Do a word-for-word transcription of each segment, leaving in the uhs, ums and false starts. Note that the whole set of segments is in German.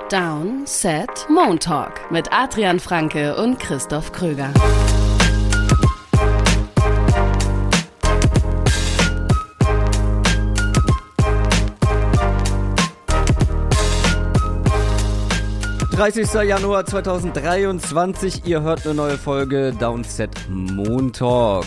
Down, Set, Moon Talk mit Adrian Franke und Christoph Kröger. dreißigster Januar zweitausenddreiundzwanzig, ihr hört eine neue Folge Downset Moon Talk.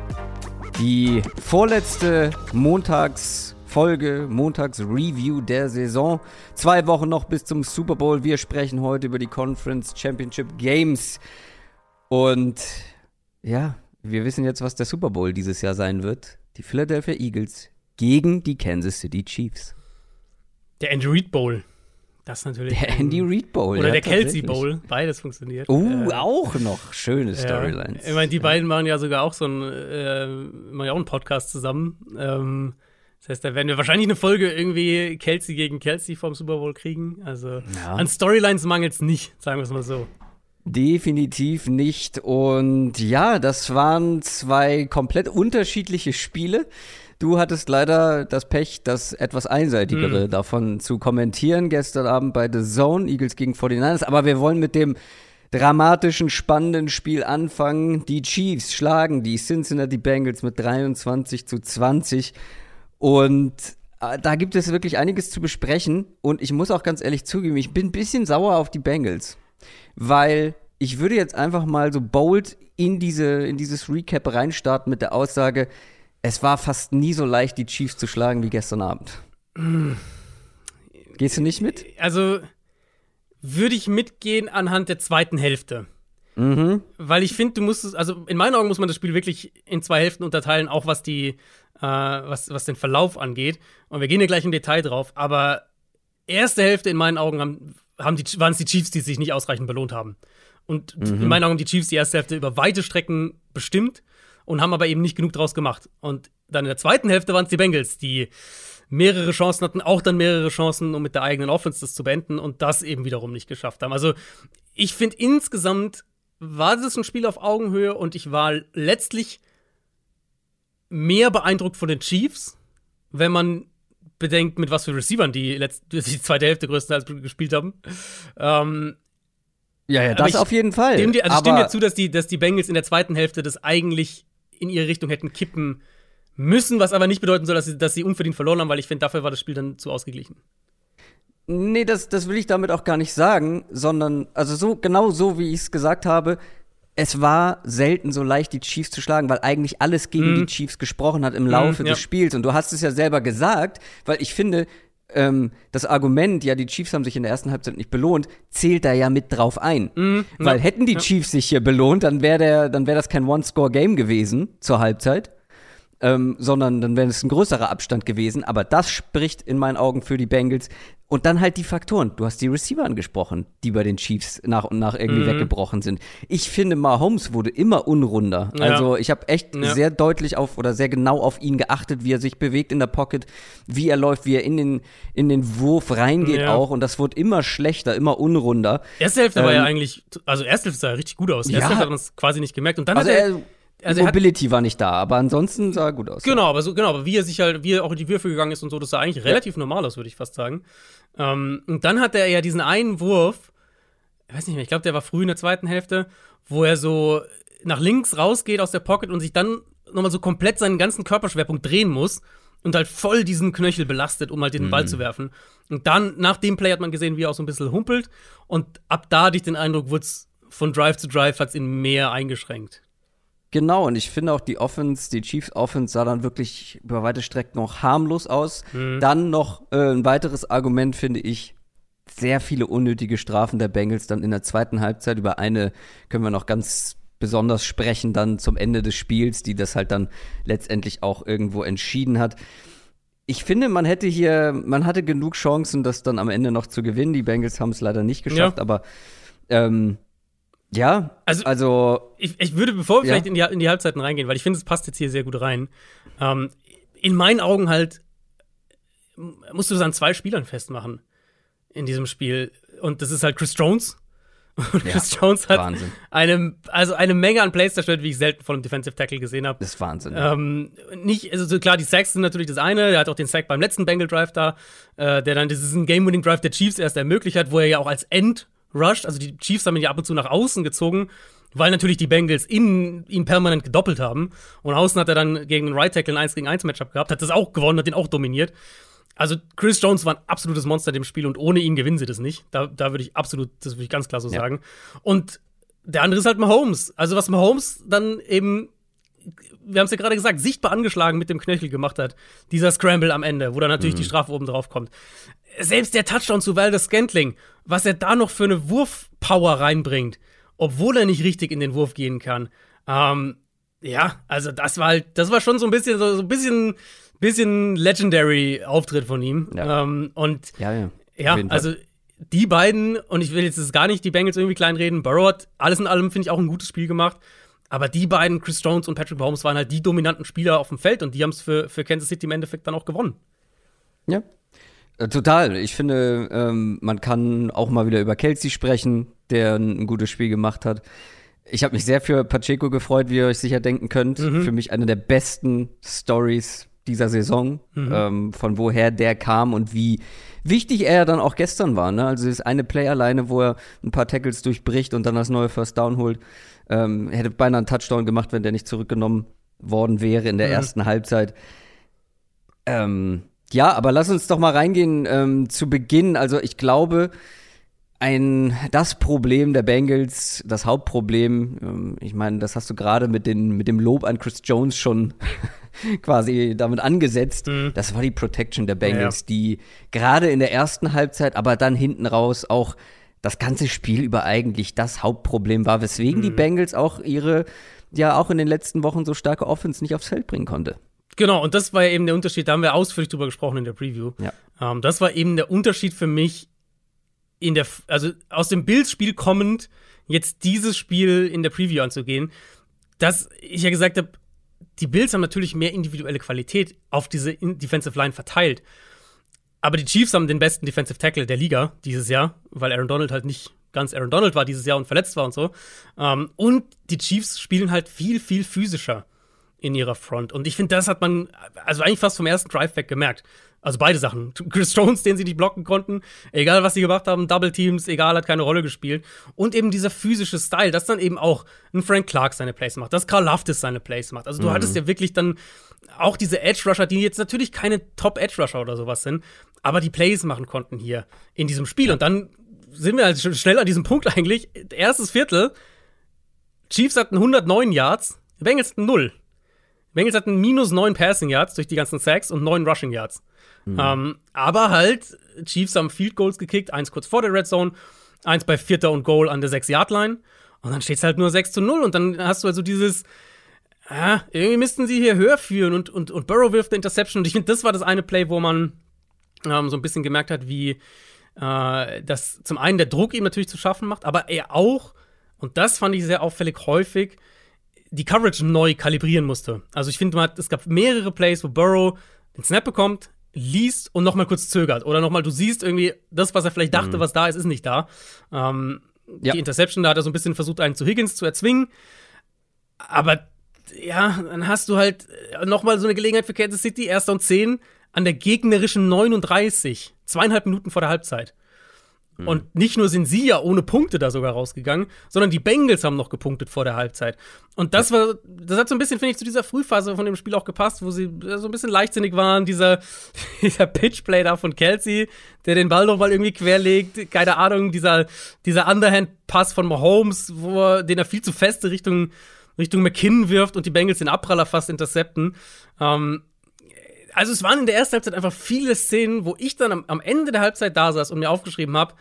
Die vorletzte Montagsfolge, Montagsreview der Saison. Zwei Wochen noch bis zum Super Bowl. Wir sprechen heute über die Conference Championship Games. Und ja, wir wissen jetzt, was der Super Bowl dieses Jahr sein wird. Die Philadelphia Eagles gegen die Kansas City Chiefs. Der Andy Reid Bowl. Das ist natürlich. Der Andy Reid Bowl. Oder ja, der Kelsey Bowl. Beides funktioniert. Oh, uh, äh, auch noch schöne Storylines. Ja. Ich meine, die beiden machen ja sogar auch so einen, äh, machen ja auch einen Podcast zusammen. Ähm, das heißt, da werden wir wahrscheinlich eine Folge irgendwie Kelsey gegen Kelsey vom Super Bowl kriegen. Also ja. An Storylines mangelt es nicht, sagen wir es mal so. Definitiv nicht. Und ja, das waren zwei komplett unterschiedliche Spiele. Du hattest leider das Pech, das etwas einseitigere mm. davon zu kommentieren. Gestern Abend bei The Zone, Eagles gegen forty-niners. Aber wir wollen mit dem dramatischen, spannenden Spiel anfangen. Die Chiefs schlagen die Cincinnati Bengals mit dreiundzwanzig zu zwanzig. Und äh, da gibt es wirklich einiges zu besprechen. Und ich muss auch ganz ehrlich zugeben, ich bin ein bisschen sauer auf die Bengals. Weil ich würde jetzt einfach mal so bold in, diese, in dieses Recap reinstarten mit der Aussage, es war fast nie so leicht, die Chiefs zu schlagen wie gestern Abend. Mm. Gehst du nicht mit? Also würde ich mitgehen anhand der zweiten Hälfte. Mhm. Weil ich finde, du musst es, also in meinen Augen muss man das Spiel wirklich in zwei Hälften unterteilen, auch was die, äh, was, was den Verlauf angeht. Und wir gehen ja gleich im Detail drauf. Aber erste Hälfte in meinen Augen haben, haben die, waren es die Chiefs, die sich nicht ausreichend belohnt haben. Und mhm. in meinen Augen haben die Chiefs die erste Hälfte über weite Strecken bestimmt. Und haben aber eben nicht genug draus gemacht. Und dann in der zweiten Hälfte waren es die Bengals, die mehrere Chancen hatten, auch dann mehrere Chancen, um mit der eigenen Offense das zu beenden und das eben wiederum nicht geschafft haben. Also ich finde, insgesamt war das ein Spiel auf Augenhöhe und ich war letztlich mehr beeindruckt von den Chiefs, wenn man bedenkt, mit was für Receivern die, letzte, die zweite Hälfte größtenteils gespielt haben. Ähm, ja, ja, das ich, auf jeden Fall. Dem, also aber ich stimme dir zu, dass die, dass die Bengals in der zweiten Hälfte das eigentlich in ihre Richtung hätten kippen müssen, was aber nicht bedeuten soll, dass sie, dass sie unverdient verloren haben, weil ich finde, dafür war das Spiel dann zu ausgeglichen. Nee, das, das will ich damit auch gar nicht sagen, sondern, also so, genau so, wie ich es gesagt habe, es war selten so leicht, die Chiefs zu schlagen, weil eigentlich alles gegen mm. die Chiefs gesprochen hat im Laufe mm, ja. des Spiels. Und du hast es ja selber gesagt, weil ich finde, ähm, das Argument, ja, die Chiefs haben sich in der ersten Halbzeit nicht belohnt, zählt da ja mit drauf ein. Mm, weil ja. hätten die ja. Chiefs sich hier belohnt, dann wäre der, dann wäre das kein One-Score-Game gewesen zur Halbzeit. Ähm, sondern dann wäre es ein größerer Abstand gewesen. Aber das spricht in meinen Augen für die Bengals. Und dann halt die Faktoren. Du hast die Receiver angesprochen, die bei den Chiefs nach und nach irgendwie mhm. weggebrochen sind. Ich finde, Mahomes wurde immer unrunder. Ja. Also ich habe echt ja. sehr deutlich auf oder sehr genau auf ihn geachtet, wie er sich bewegt in der Pocket, wie er läuft, wie er in den, in den Wurf reingeht ja. auch. Und das wurde immer schlechter, immer unrunder. Erste Hälfte ähm, war ja eigentlich, also erste Hälfte sah ja richtig gut aus. Erste ja. Hälfte hat man es quasi nicht gemerkt. Und dann also hat er er Also Mobility hat, war nicht da, aber ansonsten sah er gut aus. Genau, ja. aber so, genau, aber wie er sich halt, wie er auch in die Würfe gegangen ist und so, das sah eigentlich ja. relativ normal aus, würde ich fast sagen. Ähm, und dann hat er ja diesen einen Wurf, ich weiß nicht mehr, ich glaube, der war früh in der zweiten Hälfte, wo er so nach links rausgeht aus der Pocket und sich dann nochmal so komplett seinen ganzen Körperschwerpunkt drehen muss und halt voll diesen Knöchel belastet, um halt den mhm. Ball zu werfen. Und dann, nach dem Play hat man gesehen, wie er auch so ein bisschen humpelt und ab da hatte ich den Eindruck, wurde es von Drive zu Drive hat's ihn mehr eingeschränkt. Genau, und ich finde auch die Offense, die Chiefs Offense sah dann wirklich über weite Strecken noch harmlos aus. Mhm. Dann noch äh, ein weiteres Argument, finde ich, sehr viele unnötige Strafen der Bengals dann in der zweiten Halbzeit. Über eine können wir noch ganz besonders sprechen, dann zum Ende des Spiels, die das halt dann letztendlich auch irgendwo entschieden hat. Ich finde, man hätte hier, man hatte genug Chancen, das dann am Ende noch zu gewinnen. Die Bengals haben es leider nicht geschafft, ja. aber ähm, Ja, also, also ich, ich würde, bevor wir ja. vielleicht in die, in die Halbzeiten reingehen, weil ich finde, es passt jetzt hier sehr gut rein, ähm, in meinen Augen halt musst du es an zwei Spielern festmachen in diesem Spiel. Und das ist halt Chris Jones Und Ja, Chris Jones hat Wahnsinn. eine, also eine Menge an Plays zerstört, wie ich selten von einem Defensive Tackle gesehen habe. Das ist Wahnsinn. Ähm, nicht, also so klar, die Sacks sind natürlich das eine. Er hat auch den Sack beim letzten Bengal-Drive da, äh, der dann diesen Game-Winning-Drive der Chiefs erst ermöglicht hat, wo er ja auch als End rusht. Also die Chiefs haben ihn ja ab und zu nach außen gezogen, weil natürlich die Bengals innen ihn permanent gedoppelt haben. Und außen hat er dann gegen den Right Tackle ein eins gegen eins Matchup gehabt, hat das auch gewonnen, hat den auch dominiert. Also Chris Jones war ein absolutes Monster in dem Spiel und ohne ihn gewinnen sie das nicht. Da, da würde ich absolut, das würde ich ganz klar so Ja. sagen. Und der andere ist halt Mahomes. Also was Mahomes dann eben, wir haben es ja gerade gesagt, sichtbar angeschlagen mit dem Knöchel gemacht hat. Dieser Scramble am Ende, wo dann natürlich die Strafe oben drauf kommt. Selbst der Touchdown zu Valdez-Scantling, was er da noch für eine Wurfpower reinbringt, obwohl er nicht richtig in den Wurf gehen kann. Ähm, ja, also das war halt, das war schon so ein bisschen, so, so ein bisschen, bisschen legendary Auftritt von ihm. Ja. Ähm, und Ja, ja. ja, Auf jeden Fall. also die beiden, und ich will jetzt gar nicht die Bengals irgendwie kleinreden, Burrow hat alles in allem, finde ich, auch ein gutes Spiel gemacht. Aber die beiden, Chris Jones und Patrick Mahomes, waren halt die dominanten Spieler auf dem Feld und die haben es für, für Kansas City im Endeffekt dann auch gewonnen. Ja. Äh, Total. Ich finde, ähm, man kann auch mal wieder über Kelsey sprechen, der ein, ein gutes Spiel gemacht hat. Ich habe mich sehr für Pacheco gefreut, wie ihr euch sicher denken könnt. Mhm. Für mich eine der besten Stories dieser Saison, Mhm. ähm, von woher der kam und wie wichtig er dann auch gestern war. Ne? Also das eine Play alleine, wo er ein paar Tackles durchbricht und dann das neue First Down holt. Ähm, hätte beinahe einen Touchdown gemacht, wenn der nicht zurückgenommen worden wäre in der Mhm. ersten Halbzeit. Ähm, ja, aber lass uns doch mal reingehen ähm, zu Beginn. Also ich glaube, ein das Problem der Bengals, das Hauptproblem, ähm, ich meine, das hast du gerade mit, den, mit dem Lob an Chris Jones schon quasi damit angesetzt. Mhm. Das war die Protection der Bengals, Ja, ja. die gerade in der ersten Halbzeit, aber dann hinten raus auch das ganze Spiel über eigentlich das Hauptproblem war, weswegen Mhm. die Bengals auch ihre, ja auch in den letzten Wochen so starke Offense nicht aufs Feld bringen konnte. Genau, und das war ja eben der Unterschied, da haben wir ausführlich drüber gesprochen in der Preview. Ja. Ähm, das war eben der Unterschied für mich in der, also aus dem Bills-Spiel kommend, jetzt dieses Spiel in der Preview anzugehen, dass ich ja gesagt habe, die Bills haben natürlich mehr individuelle Qualität auf diese Defensive Line verteilt. Aber die Chiefs haben den besten Defensive Tackle der Liga dieses Jahr, weil Aaron Donald halt nicht ganz Aaron Donald war dieses Jahr und verletzt war und so. Ähm, und die Chiefs spielen halt viel, viel physischer in ihrer Front. Und ich finde, das hat man also eigentlich fast vom ersten Drive weg gemerkt. Also beide Sachen. Chris Jones, den sie nicht blocken konnten, egal was sie gemacht haben, Double Teams, egal, hat keine Rolle gespielt. Und eben dieser physische Style, dass dann eben auch ein Frank Clark seine Plays macht, dass Karl Loftus seine Plays macht. Also du Mhm. hattest ja wirklich dann auch diese Edge-Rusher, die jetzt natürlich keine Top-Edge-Rusher oder sowas sind, aber die Plays machen konnten hier in diesem Spiel. Ja. Und dann sind wir halt schon schnell an diesem Punkt eigentlich. Erstes Viertel, Chiefs hatten hundertneun Yards, Bengals hatten null. Bengals hatten minus neun Passing Yards durch die ganzen Sacks und neun Rushing Yards. Mhm. Ähm, aber halt, Chiefs haben Field Goals gekickt, eins kurz vor der Red Zone, eins bei Vierter und Goal an der sechs Yard Line. Und dann steht es halt nur sechs zu null. Und dann hast du also dieses, ah, irgendwie müssten sie hier höher führen. Und, und, und Burrow wirft eine Interception. Und ich finde, das war das eine Play, wo man ähm, so ein bisschen gemerkt hat, wie äh, das zum einen der Druck ihm natürlich zu schaffen macht, aber er auch, und das fand ich sehr auffällig häufig, die Coverage neu kalibrieren musste. Also ich finde, es gab mehrere Plays, wo Burrow den Snap bekommt, liest und noch mal kurz zögert. Oder noch mal, du siehst irgendwie, das, was er vielleicht dachte, mhm. was da ist, ist nicht da. Ähm, ja. Die Interception, da hat er so ein bisschen versucht, einen zu Higgins zu erzwingen. Aber ja, dann hast du halt noch mal so eine Gelegenheit für Kansas City, erster und zehn an der gegnerischen neununddreißig. Zweieinhalb Minuten vor der Halbzeit. Und nicht nur sind sie ja ohne Punkte da sogar rausgegangen, sondern die Bengals haben noch gepunktet vor der Halbzeit. Und das war, das hat so ein bisschen, finde ich, zu dieser Frühphase von dem Spiel auch gepasst, wo sie so ein bisschen leichtsinnig waren. Dieser, dieser Pitchplay da von Kelsey, der den Ball noch mal irgendwie querlegt. Keine Ahnung, dieser, dieser Underhand-Pass von Mahomes, wo er, den er viel zu feste Richtung, Richtung McKinnon wirft und die Bengals den Abpraller fast intercepten. Ähm, Also es waren in der ersten Halbzeit einfach viele Szenen, wo ich dann am, am Ende der Halbzeit da saß und mir aufgeschrieben habe,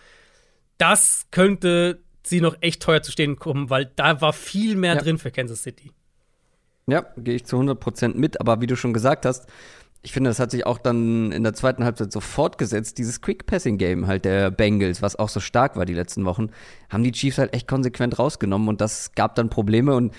das könnte sie noch echt teuer zu stehen kommen, weil da war viel mehr ja. drin für Kansas City. Ja, gehe ich zu hundert Prozent mit, aber wie du schon gesagt hast, ich finde, das hat sich auch dann in der zweiten Halbzeit so fortgesetzt, dieses Quick-Passing-Game halt der Bengals, was auch so stark war die letzten Wochen, haben die Chiefs halt echt konsequent rausgenommen und das gab dann Probleme und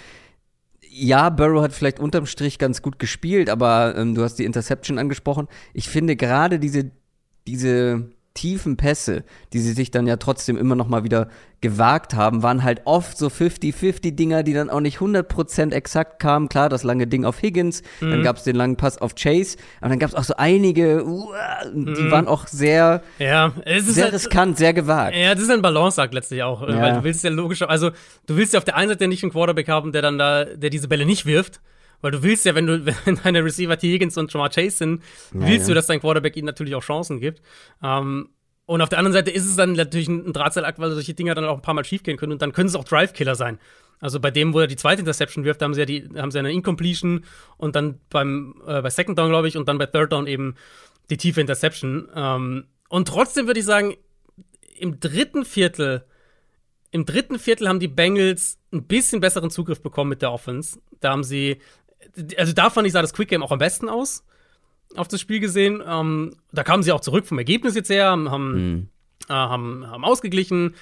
ja, Burrow hat vielleicht unterm Strich ganz gut gespielt, aber ähm, du hast die Interception angesprochen. Ich finde gerade diese, diese tiefen Pässe, die sie sich dann ja trotzdem immer noch mal wieder gewagt haben, waren halt oft so fünfzig fünfzig Dinger, die dann auch nicht hundert Prozent exakt kamen. Klar, das lange Ding auf Higgins, mhm. dann gab es den langen Pass auf Chase, aber dann gab es auch so einige, uh, die mhm. waren auch sehr, ja, es ist sehr halt, riskant, sehr gewagt. Ja, das ist ein Balanceakt letztlich auch, ja. weil du willst ja logisch, also du willst ja auf der einen Seite nicht einen Quarterback haben, der dann da, der diese Bälle nicht wirft, weil du willst ja, wenn du, wenn deine Receiver T. Higgins und Jamar Chase sind, ja, willst ja. du, dass dein Quarterback ihnen natürlich auch Chancen gibt. Ähm, und auf der anderen Seite ist es dann natürlich ein Drahtseilakt, weil solche Dinger dann auch ein paar Mal schief gehen können und dann können es auch Drive-Killer sein. Also bei dem, wo er die zweite Interception wirft, da haben sie ja die, haben sie eine Incompletion und dann beim, äh, bei Second Down, glaube ich, und dann bei Third Down eben die tiefe Interception. Ähm, und trotzdem würde ich sagen, im dritten Viertel Im dritten Viertel haben die Bengals ein bisschen besseren Zugriff bekommen mit der Offense. Da haben sie, also da fand ich, sah das Quick Game auch am besten aus, auf das Spiel gesehen. Ähm, da kamen sie auch zurück vom Ergebnis jetzt her, haben, mhm. äh, haben, haben ausgeglichen.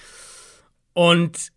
Und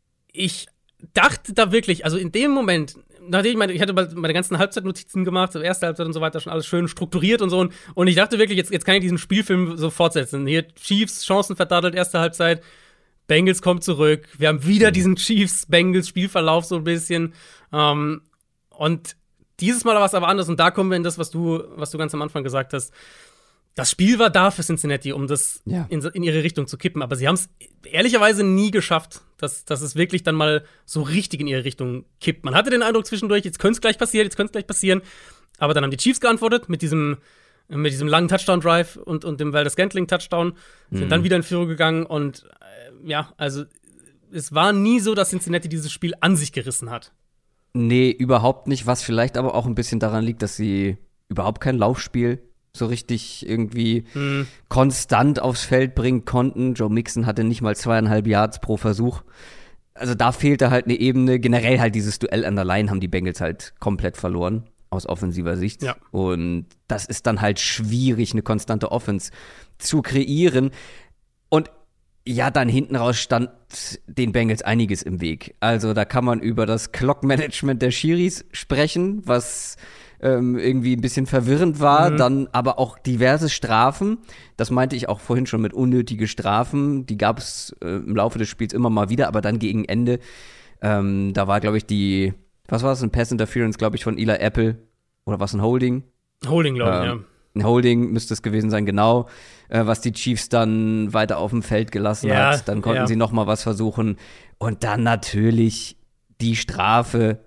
ich dachte da wirklich, also in dem Moment, nachdem ich meine, ich hatte meine ganzen Halbzeitnotizen gemacht, so erste Halbzeit und so weiter, schon alles schön strukturiert und so. Und, und ich dachte wirklich, jetzt, jetzt kann ich diesen Spielfilm so fortsetzen. Hier Chiefs, Chancen verdattelt, erste Halbzeit. Bengals kommt zurück. Wir haben wieder diesen Chiefs-Bengals-Spielverlauf so ein bisschen. Ähm, und dieses Mal war es aber anders. Und da kommen wir in das, was du, was du ganz am Anfang gesagt hast. Das Spiel war da für Cincinnati, um das ja. in, in ihre Richtung zu kippen. Aber sie haben es ehrlicherweise nie geschafft, dass, dass es wirklich dann mal so richtig in ihre Richtung kippt. Man hatte den Eindruck zwischendurch, jetzt könnte es gleich passieren, jetzt könnte es gleich passieren. Aber dann haben die Chiefs geantwortet mit diesem mit diesem langen Touchdown-Drive und, und dem Valdez-Scantling-Touchdown, sind mhm. dann wieder in Führung gegangen und äh, ja, also es war nie so, dass Cincinnati dieses Spiel an sich gerissen hat. Nee, überhaupt nicht, was vielleicht aber auch ein bisschen daran liegt, dass sie überhaupt kein Laufspiel so richtig irgendwie mhm. konstant aufs Feld bringen konnten. Joe Mixon hatte nicht mal zweieinhalb Yards pro Versuch. Also da fehlte halt eine Ebene. Generell halt dieses Duell an der Line haben die Bengals halt komplett verloren. Aus offensiver Sicht. Ja. Und das ist dann halt schwierig, eine konstante Offense zu kreieren. Und ja, dann hinten raus stand den Bengals einiges im Weg. Also da kann man über das Clock-Management der Schiris sprechen, was ähm, irgendwie ein bisschen verwirrend war. Mhm. Dann aber auch diverse Strafen. Das meinte ich auch vorhin schon mit unnötige Strafen. Die gab es äh, im Laufe des Spiels immer mal wieder, aber dann gegen Ende, ähm, da war, glaube ich, die was war es, ein Pass Interference, glaube ich, von Eli Apple. Oder was, ein Holding? Holding, glaube ich, ähm, ja. Ein Holding müsste es gewesen sein, genau. Äh, was die Chiefs dann weiter auf dem Feld gelassen ja, hat. Dann konnten ja. sie noch mal was versuchen. Und dann natürlich die Strafe,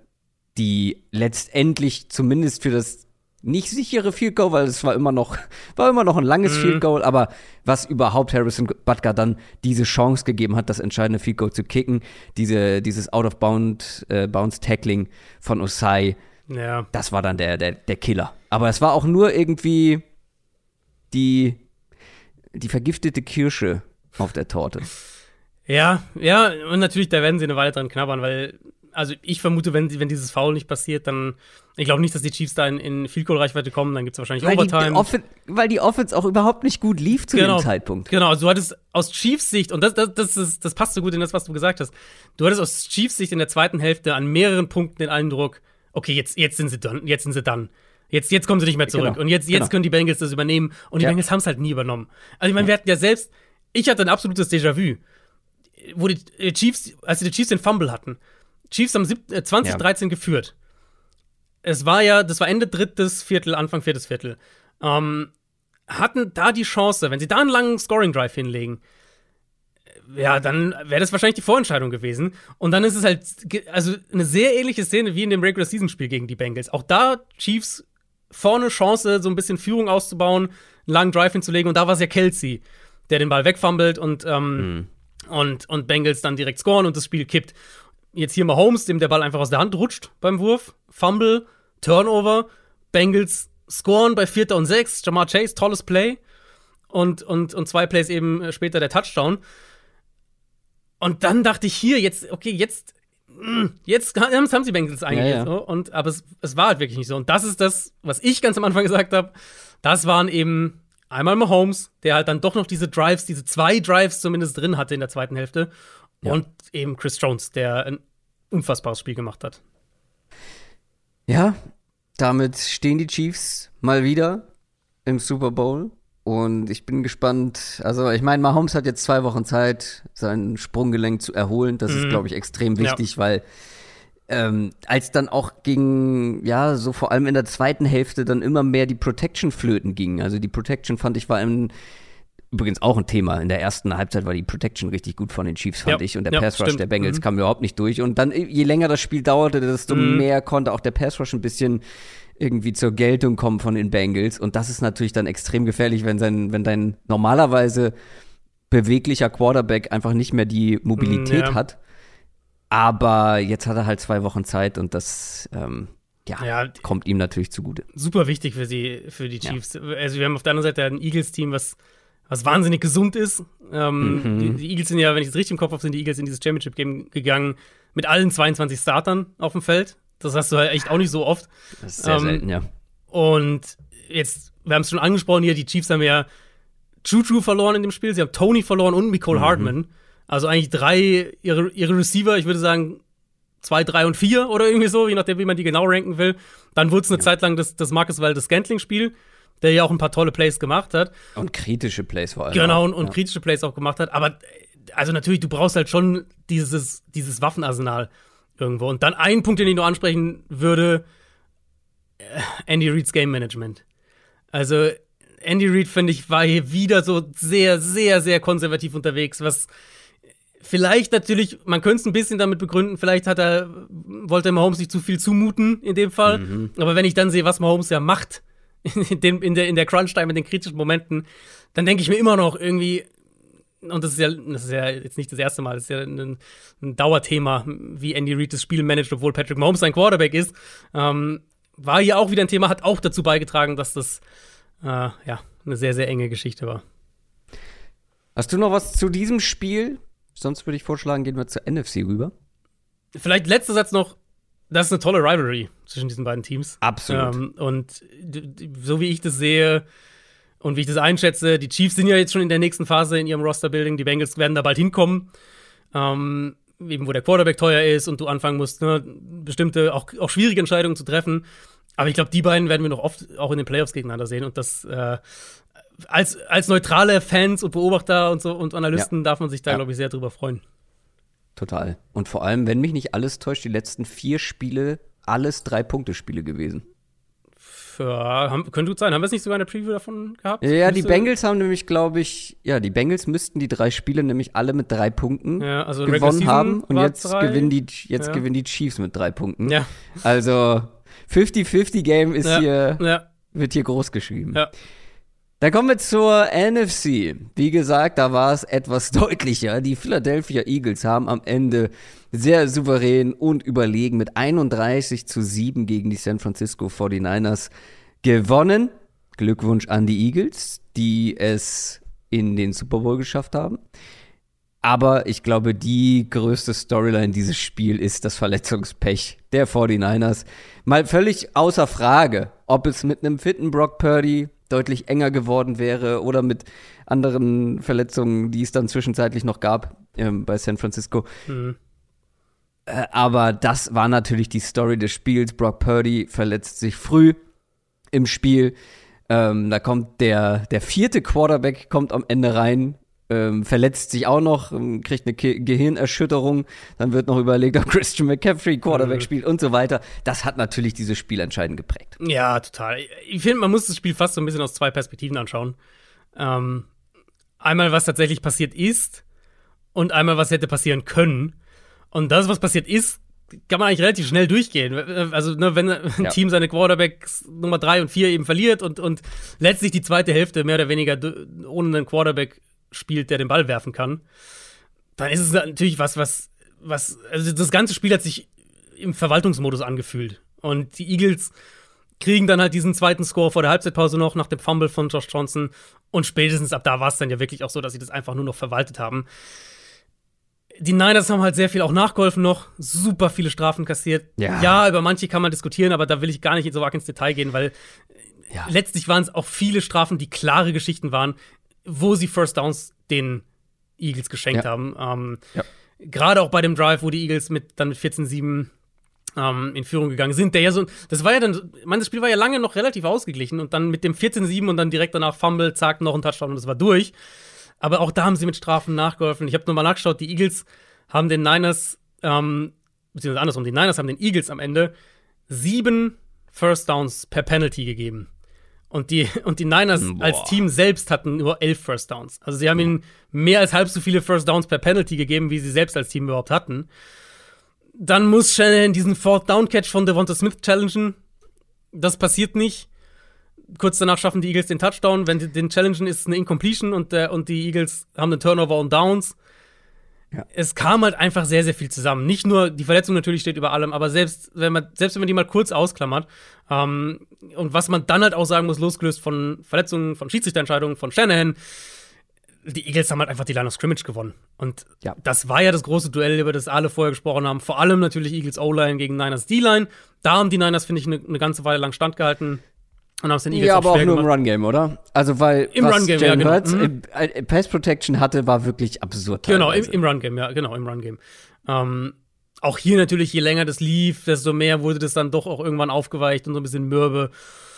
die letztendlich zumindest für das nicht sichere Field Goal, weil es war immer noch, war immer noch ein langes mhm. Field Goal, aber was überhaupt Harrison Butker dann diese Chance gegeben hat, das entscheidende Field Goal zu kicken, diese, dieses Out-of-Bounds-Tackling äh, von Osai, ja. das war dann der, der, der Killer. Aber es war auch nur irgendwie die, die vergiftete Kirsche auf der Torte. Ja, ja, und natürlich, da werden sie eine Weile dran knabbern, weil also ich vermute, wenn, wenn dieses Foul nicht passiert, dann, ich glaube nicht, dass die Chiefs da in, in Field-Goal-Reichweite kommen, dann gibt es wahrscheinlich weil Overtime. Die Offen- weil die Offense auch überhaupt nicht gut lief zu genau, dem Zeitpunkt. Genau, also du hattest aus Chiefs Sicht, und das, das, das, ist, das passt so gut in das, was du gesagt hast, du hattest aus Chiefs Sicht in der zweiten Hälfte an mehreren Punkten den Eindruck, okay, jetzt, jetzt sind sie done, jetzt sind sie done. Jetzt, jetzt kommen sie nicht mehr zurück. Genau, und jetzt, jetzt genau. können die Bengals das übernehmen. Und die ja. Bengals haben es halt nie übernommen. Also ich meine, wir hatten ja selbst, ich hatte ein absolutes Déjà-vu, wo die Chiefs, als die Chiefs den Fumble hatten, Chiefs haben zwanzig dreizehn ja. geführt. Es war ja, das war Ende drittes Viertel, Anfang viertes Viertel. Ähm, hatten da die Chance, wenn sie da einen langen Scoring-Drive hinlegen, ja, dann wäre das wahrscheinlich die Vorentscheidung gewesen. Und dann ist es halt, also eine sehr ähnliche Szene wie in dem Regular-Season-Spiel gegen die Bengals. Auch da Chiefs vorne Chance, so ein bisschen Führung auszubauen, einen langen Drive hinzulegen. Und da war es ja Kelsey, der den Ball wegfummelt und, ähm, mhm. und, und Bengals dann direkt scoren und das Spiel kippt. Jetzt hier mal Holmes, dem der Ball einfach aus der Hand rutscht beim Wurf. Fumble, Turnover, Bengals scoren bei Vierter und Sechs. Jamar Chase, tolles Play. Und, und, und zwei Plays eben später der Touchdown. Und dann dachte ich hier, jetzt, okay, jetzt, jetzt haben sie Bengals eigentlich. Ja, ja. So. Und, aber es, es war halt wirklich nicht so. Und das ist das, was ich ganz am Anfang gesagt habe. Das waren eben einmal Mahomes, der halt dann doch noch diese Drives, diese zwei Drives zumindest drin hatte in der zweiten Hälfte. Ja. Und eben Chris Jones, der ein unfassbares Spiel gemacht hat. Ja, damit stehen die Chiefs mal wieder im Super Bowl. Und ich bin gespannt. Also, ich meine, Mahomes hat jetzt zwei Wochen Zeit, sein Sprunggelenk zu erholen. Das mhm. ist, glaube ich, extrem wichtig, ja. weil ähm, als dann auch gegen, ja, so vor allem in der zweiten Hälfte dann immer mehr die Protection flöten ging. Also die Protection fand ich war ein, übrigens auch ein Thema. In der ersten Halbzeit war die Protection richtig gut von den Chiefs, fand ja. ich. Und der ja, Pass Rush stimmt. der Bengals mhm. kam überhaupt nicht durch. Und dann, je länger das Spiel dauerte, desto mhm. mehr konnte auch der Pass Rush ein bisschen irgendwie zur Geltung kommen von den Bengals. Und das ist natürlich dann extrem gefährlich, wenn sein, wenn dein normalerweise beweglicher Quarterback einfach nicht mehr die Mobilität ja. hat. Aber jetzt hat er halt zwei Wochen Zeit und das ähm, ja, ja, kommt ihm natürlich zugute. Super wichtig für die, für die Chiefs. Ja. Also wir haben auf der anderen Seite ein Eagles-Team, was, was wahnsinnig gesund ist. Ähm, mhm. die, die Eagles sind ja, wenn ich es richtig im Kopf habe, sind die Eagles in dieses Championship-Game gegangen mit allen zweiundzwanzig Startern auf dem Feld. Das hast du halt echt auch nicht so oft. Das ist sehr ähm, selten, ja. Und jetzt, wir haben es schon angesprochen hier, die Chiefs haben ja Juju verloren in dem Spiel, sie haben Tony verloren und Mecole mhm. Hardman. Also eigentlich drei, ihre, ihre Receiver, ich würde sagen zwei, drei und vier oder irgendwie so, je nachdem, wie man die genau ranken will. Dann wurde es eine ja. Zeit lang das, das Marcus Valdes-Scantling-Spiel, der ja auch ein paar tolle Plays gemacht hat. Und kritische Plays vor allem. Genau, und, und ja. kritische Plays auch gemacht hat. Aber also natürlich, du brauchst halt schon dieses, dieses Waffenarsenal irgendwo. Und dann ein Punkt, den ich noch ansprechen würde, Andy Reid's Game Management. Also Andy Reid, finde ich, war hier wieder so sehr, sehr, sehr konservativ unterwegs, was vielleicht natürlich, man könnte es ein bisschen damit begründen, vielleicht hat er, wollte Mahomes nicht zu viel zumuten in dem Fall. Mhm. Aber wenn ich dann sehe, was Mahomes ja macht in, dem, in der, in der Crunch-Time, in den kritischen Momenten, dann denke ich mir immer noch irgendwie, und das ist ja, das ist ja jetzt nicht das erste Mal, das ist ja ein, ein Dauerthema, wie Andy Reid das Spiel managt, obwohl Patrick Mahomes sein Quarterback ist, ähm, war hier auch wieder ein Thema, hat auch dazu beigetragen, dass das äh, ja, eine sehr, sehr enge Geschichte war. Hast du noch was zu diesem Spiel? Sonst würde ich vorschlagen, gehen wir zur N F C rüber. Vielleicht letzter Satz noch, das ist eine tolle Rivalry zwischen diesen beiden Teams. Absolut. Ähm, und d- d- so wie ich das sehe und wie ich das einschätze, die Chiefs sind ja jetzt schon in der nächsten Phase in ihrem Roster-Building, die Bengals werden da bald hinkommen, ähm, eben wo der Quarterback teuer ist und du anfangen musst, ne, bestimmte, auch, auch schwierige Entscheidungen zu treffen. Aber ich glaube, die beiden werden wir noch oft auch in den Playoffs gegeneinander sehen und das äh, Als, als neutrale Fans und Beobachter und so und Analysten ja. darf man sich da, ja. glaube ich, sehr drüber freuen. Total. Und vor allem, wenn mich nicht alles täuscht, die letzten vier Spiele alles Drei-Punkte-Spiele gewesen. Ja, haben, könnte gut sein. Haben wir es nicht sogar in der Preview davon gehabt? Ja, Müsste die Bengals haben nämlich, glaube ich, ja, die Bengals müssten die drei Spiele nämlich alle mit drei Punkten ja, also gewonnen haben. Und jetzt, drei. gewinnen die, jetzt ja. gewinnen die Chiefs mit drei Punkten. Ja. Also fifty-fifty-Game ist ja. hier, ja. wird hier groß geschrieben. Ja. Dann kommen wir zur N F C. Wie gesagt, da war es etwas deutlicher. Die Philadelphia Eagles haben am Ende sehr souverän und überlegen mit einunddreißig zu sieben gegen die San Francisco forty-niners gewonnen. Glückwunsch an die Eagles, die es in den Super Bowl geschafft haben. Aber ich glaube, die größte Storyline dieses Spiels ist das Verletzungspech der forty-niners. Mal völlig außer Frage, ob es mit einem fitten Brock Purdy deutlich enger geworden wäre oder mit anderen Verletzungen, die es dann zwischenzeitlich noch gab ähm, bei San Francisco. Mhm. Äh, aber das war natürlich die Story des Spiels. Brock Purdy verletzt sich früh im Spiel. Ähm, da kommt der, der vierte Quarterback kommt am Ende rein, ähm, verletzt sich auch noch, ähm, kriegt eine Ke- Gehirnerschütterung. Dann wird noch überlegt, ob Christian McCaffrey Quarterback mhm. spielt und so weiter. Das hat natürlich dieses Spiel entscheidend geprägt. Ja, total. Ich finde, man muss das Spiel fast so ein bisschen aus zwei Perspektiven anschauen. Ähm, einmal, was tatsächlich passiert ist und einmal, was hätte passieren können. Und das, was passiert ist, kann man eigentlich relativ schnell durchgehen. Also, ne, wenn ein ja. Team seine Quarterbacks Nummer drei und vier eben verliert und, und letztlich die zweite Hälfte mehr oder weniger ohne einen Quarterback spielt, der den Ball werfen kann, dann ist es natürlich was, was, was, also das ganze Spiel hat sich im Verwaltungsmodus angefühlt. Und die Eagles kriegen dann halt diesen zweiten Score vor der Halbzeitpause noch, nach dem Fumble von Josh Johnson. Und spätestens ab da war es dann ja wirklich auch so, dass sie das einfach nur noch verwaltet haben. Die Niners haben halt sehr viel auch nachgeholfen noch, super viele Strafen kassiert. Ja, ja über manche kann man diskutieren, aber da will ich gar nicht so arg ins Detail gehen, weil ja. letztlich waren es auch viele Strafen, die klare Geschichten waren, wo sie First Downs den Eagles geschenkt ja. haben. Ähm, ja. Gerade auch bei dem Drive, wo die Eagles mit, dann mit vierzehn sieben ähm, in Führung gegangen sind. Der ja so, das war ja dann, ich meine, das Spiel war ja lange noch relativ ausgeglichen und dann mit dem vierzehn sieben und dann direkt danach Fumble, zack, noch ein Touchdown und das war durch. Aber auch da haben sie mit Strafen nachgeholfen. Ich habe nochmal nachgeschaut, die Eagles haben den Niners, ähm, beziehungsweise andersrum, die Niners haben den Eagles am Ende sieben First Downs per Penalty gegeben. Und die, und die Niners Boah. als Team selbst hatten nur elf First Downs. Also sie haben ihnen mehr als halb so viele First Downs per Penalty gegeben, wie sie selbst als Team überhaupt hatten. Dann muss Shanahan diesen Fourth Down Catch von Devonta Smith challengen. Das passiert nicht. Kurz danach schaffen die Eagles den Touchdown. Wenn die den challengen, ist es eine Incompletion und, der, und die Eagles haben einen Turnover und Downs. Ja. Es kam halt einfach sehr, sehr viel zusammen. Nicht nur, die Verletzung natürlich steht über allem, aber selbst wenn man, selbst wenn man die mal kurz ausklammert, ähm, und was man dann halt auch sagen muss, losgelöst von Verletzungen, von Schiedsrichterentscheidungen, von Shanahan, die Eagles haben halt einfach die Line of Scrimmage gewonnen. Und ja. das war ja das große Duell, über das alle vorher gesprochen haben. Vor allem natürlich Eagles O-Line gegen Niners D-Line. Da haben die Niners, finde ich, eine ne ganze Weile lang standgehalten. Und haben es den Eagles ja, auch aber auch nur gemacht. im Run-Game, oder? Also, weil Im was Run-Game, Jalen ja, genau. Hurts Mhm. im Pass-Protection hatte, war wirklich absurd. Genau, im, teilweise. im Run-Game, ja, genau, im Run-Game. Ähm, auch hier natürlich, je länger das lief, desto mehr wurde das dann doch auch irgendwann aufgeweicht und so ein bisschen mürbe.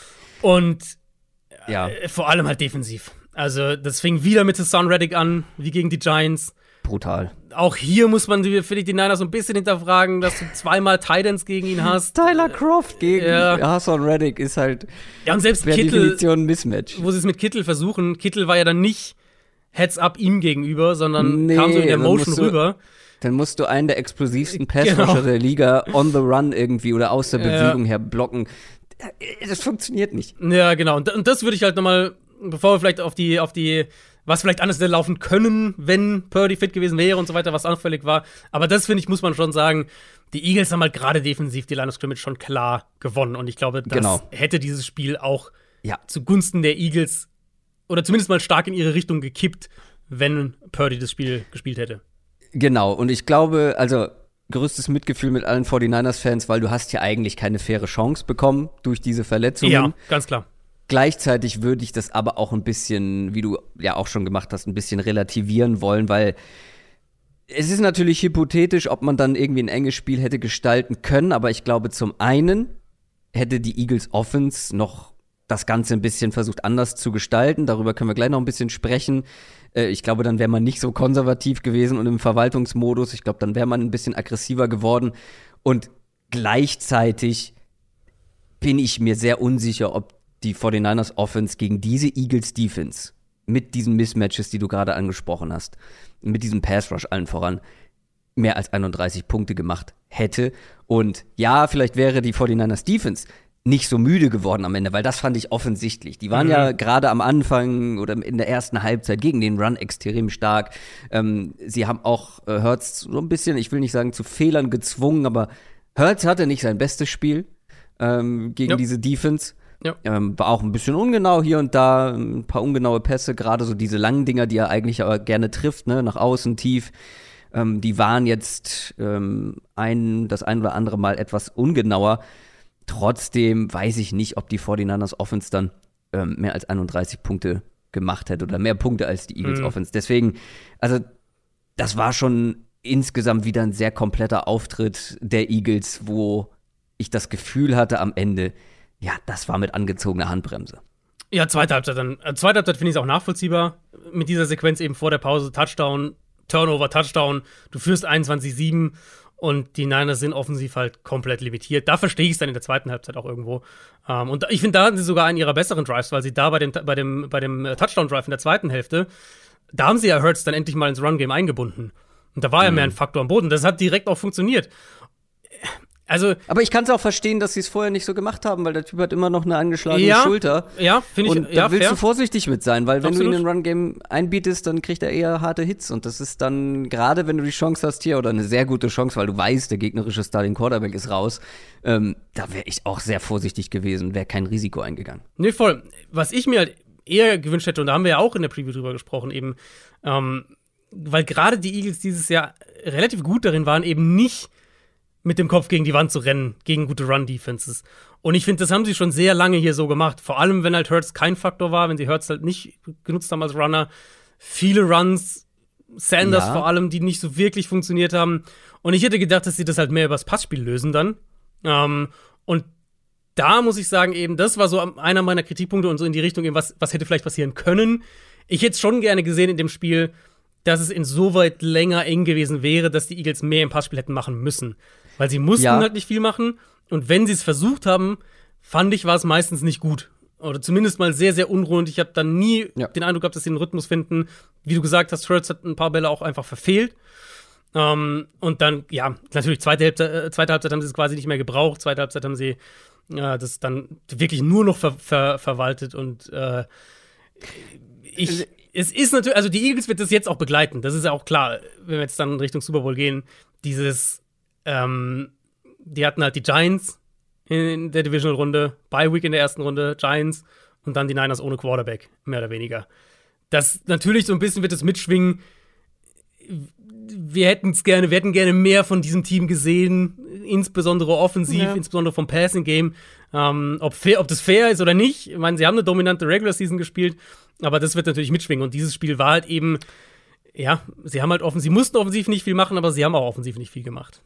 Und ja. äh, vor allem halt defensiv. Also, das fing wieder mit Hassan Reddick an, wie gegen die Giants. Brutal. Auch hier muss man, finde ich, die Niners so ein bisschen hinterfragen, dass du zweimal Titans gegen ihn hast. Tyler Croft gegen ja. Hassan Reddick ist halt ja, und selbst per Kittel, Definition ein Mismatch. Wo sie es mit Kittel versuchen. Kittel war ja dann nicht Heads up ihm gegenüber, sondern nee, kam so in der Motion du, rüber. Dann musst du einen der explosivsten Passrusher genau. der Liga on the run irgendwie oder aus der Bewegung ja. her blocken. Das funktioniert nicht. Ja, genau. Und das würde ich halt nochmal, bevor wir vielleicht auf die, auf die was vielleicht anders hätte laufen können, wenn Purdy fit gewesen wäre und so weiter, was anfällig war. Aber das, finde ich, muss man schon sagen, die Eagles haben halt gerade defensiv die Line of Scrimmage schon klar gewonnen. Und ich glaube, das genau. hätte dieses Spiel auch ja. zugunsten der Eagles oder zumindest mal stark in ihre Richtung gekippt, wenn Purdy das Spiel gespielt hätte. Genau. Und ich glaube, also größtes Mitgefühl mit allen forty-Niners-Fans, weil du hast ja eigentlich keine faire Chance bekommen durch diese Verletzungen. Ja, ganz klar. Gleichzeitig würde ich das aber auch ein bisschen, wie du ja auch schon gemacht hast, ein bisschen relativieren wollen, weil es ist natürlich hypothetisch, ob man dann irgendwie ein enges Spiel hätte gestalten können, aber ich glaube, zum einen hätte die Eagles Offense noch das Ganze ein bisschen versucht anders zu gestalten. Darüber können wir gleich noch ein bisschen sprechen. Ich glaube, dann wäre man nicht so konservativ gewesen und im Verwaltungsmodus. Ich glaube, dann wäre man ein bisschen aggressiver geworden. Und gleichzeitig bin ich mir sehr unsicher, ob die forty-Niners Offense gegen diese Eagles Defense mit diesen Mismatches, die du gerade angesprochen hast, mit diesem Pass Rush allen voran, mehr als einunddreißig Punkte gemacht hätte. Und ja, vielleicht wäre die forty-Niners Defense nicht so müde geworden am Ende, weil das fand ich offensichtlich. Die waren mhm. ja gerade am Anfang oder in der ersten Halbzeit gegen den Run extrem stark. Ähm, sie haben auch äh, Hurts so ein bisschen, ich will nicht sagen zu Fehlern gezwungen, aber Hurts hatte nicht sein bestes Spiel ähm, gegen ja. diese Defense. Ja. Ähm, war auch ein bisschen ungenau hier und da, ein paar ungenaue Pässe, gerade so diese langen Dinger, die er eigentlich aber gerne trifft, ne, nach außen tief. Ähm, die waren jetzt ähm, ein, das ein oder andere Mal etwas ungenauer. Trotzdem weiß ich nicht, ob die forty-Niners Offense dann ähm, mehr als einunddreißig Punkte gemacht hätte oder mehr Punkte als die Eagles mhm. Offense. Deswegen, also das war schon insgesamt wieder ein sehr kompletter Auftritt der Eagles, wo ich das Gefühl hatte am Ende, ja, das war mit angezogener Handbremse. Ja, zweite Halbzeit dann. Äh, zweite Halbzeit finde ich es auch nachvollziehbar. Mit dieser Sequenz eben vor der Pause, Touchdown, Turnover, Touchdown. Du führst einundzwanzig sieben und die Niners sind offensiv halt komplett limitiert. Da verstehe ich es dann in der zweiten Halbzeit auch irgendwo. Ähm, und ich finde, da hatten sie sogar einen ihrer besseren Drives, weil sie da bei dem, bei dem, bei dem Touchdown-Drive in der zweiten Hälfte, da haben sie ja Hurts dann endlich mal ins Run-Game eingebunden. Und da war ja mhm. mehr ein Faktor am Boden. Das hat direkt auch funktioniert. Also, aber ich kann es auch verstehen, dass sie es vorher nicht so gemacht haben, weil der Typ hat immer noch eine angeschlagene ja, Schulter. Ja, finde ich. Und da ja, willst fair. du vorsichtig mit sein, weil wenn Absolut. du ihn in ein Run-Game einbietest, dann kriegt er eher harte Hits. Und das ist dann, gerade wenn du die Chance hast hier, oder eine sehr gute Chance, weil du weißt, der gegnerische Starting Quarterback ist raus, ähm, da wäre ich auch sehr vorsichtig gewesen, wäre kein Risiko eingegangen. Nee, voll. Was ich mir halt eher gewünscht hätte, und da haben wir ja auch in der Preview drüber gesprochen, eben, ähm, weil gerade die Eagles dieses Jahr relativ gut darin waren, eben nicht mit dem Kopf gegen die Wand zu rennen, gegen gute Run-Defenses. Und ich finde, das haben sie schon sehr lange hier so gemacht. Vor allem, wenn halt Hurts kein Faktor war, wenn sie Hurts halt nicht genutzt haben als Runner. Viele Runs, Sanders ja. vor allem, die nicht so wirklich funktioniert haben. Und ich hätte gedacht, dass sie das halt mehr übers Passspiel lösen dann. Ähm, und da muss ich sagen, eben, das war so einer meiner Kritikpunkte und so in die Richtung, eben, was, was hätte vielleicht passieren können. Ich hätte es schon gerne gesehen in dem Spiel, dass es insoweit länger eng gewesen wäre, dass die Eagles mehr im Passspiel hätten machen müssen. Weil sie mussten ja. halt nicht viel machen. Und wenn sie es versucht haben, fand ich, war es meistens nicht gut. Oder zumindest mal sehr, sehr unrund. Ich habe dann nie ja. den Eindruck gehabt, dass sie den Rhythmus finden. Wie du gesagt hast, Hurts hat ein paar Bälle auch einfach verfehlt. Ähm, und dann, ja, natürlich, zweite Halbzeit, äh, zweite Halbzeit haben sie es quasi nicht mehr gebraucht. Zweite Halbzeit haben sie äh, das dann wirklich nur noch ver- ver- verwaltet. Und äh, ich, es ist natürlich, also die Eagles wird das jetzt auch begleiten. Das ist ja auch klar, wenn wir jetzt dann Richtung Super Bowl gehen. Dieses, ähm, die hatten halt die Giants in der Divisional-Runde, Bye Week in der ersten Runde, Giants und dann die Niners ohne Quarterback, mehr oder weniger. Das natürlich so ein bisschen wird es mitschwingen. Wir hätten es gerne, wir hätten gerne mehr von diesem Team gesehen, insbesondere offensiv, ja. insbesondere vom Passing-Game. Ähm, ob, fair, ob das fair ist oder nicht. Ich meine, sie haben eine dominante Regular-Season gespielt, aber das wird natürlich mitschwingen. Und dieses Spiel war halt eben, ja, sie haben halt offensiv, sie mussten offensiv nicht viel machen, aber sie haben auch offensiv nicht viel gemacht.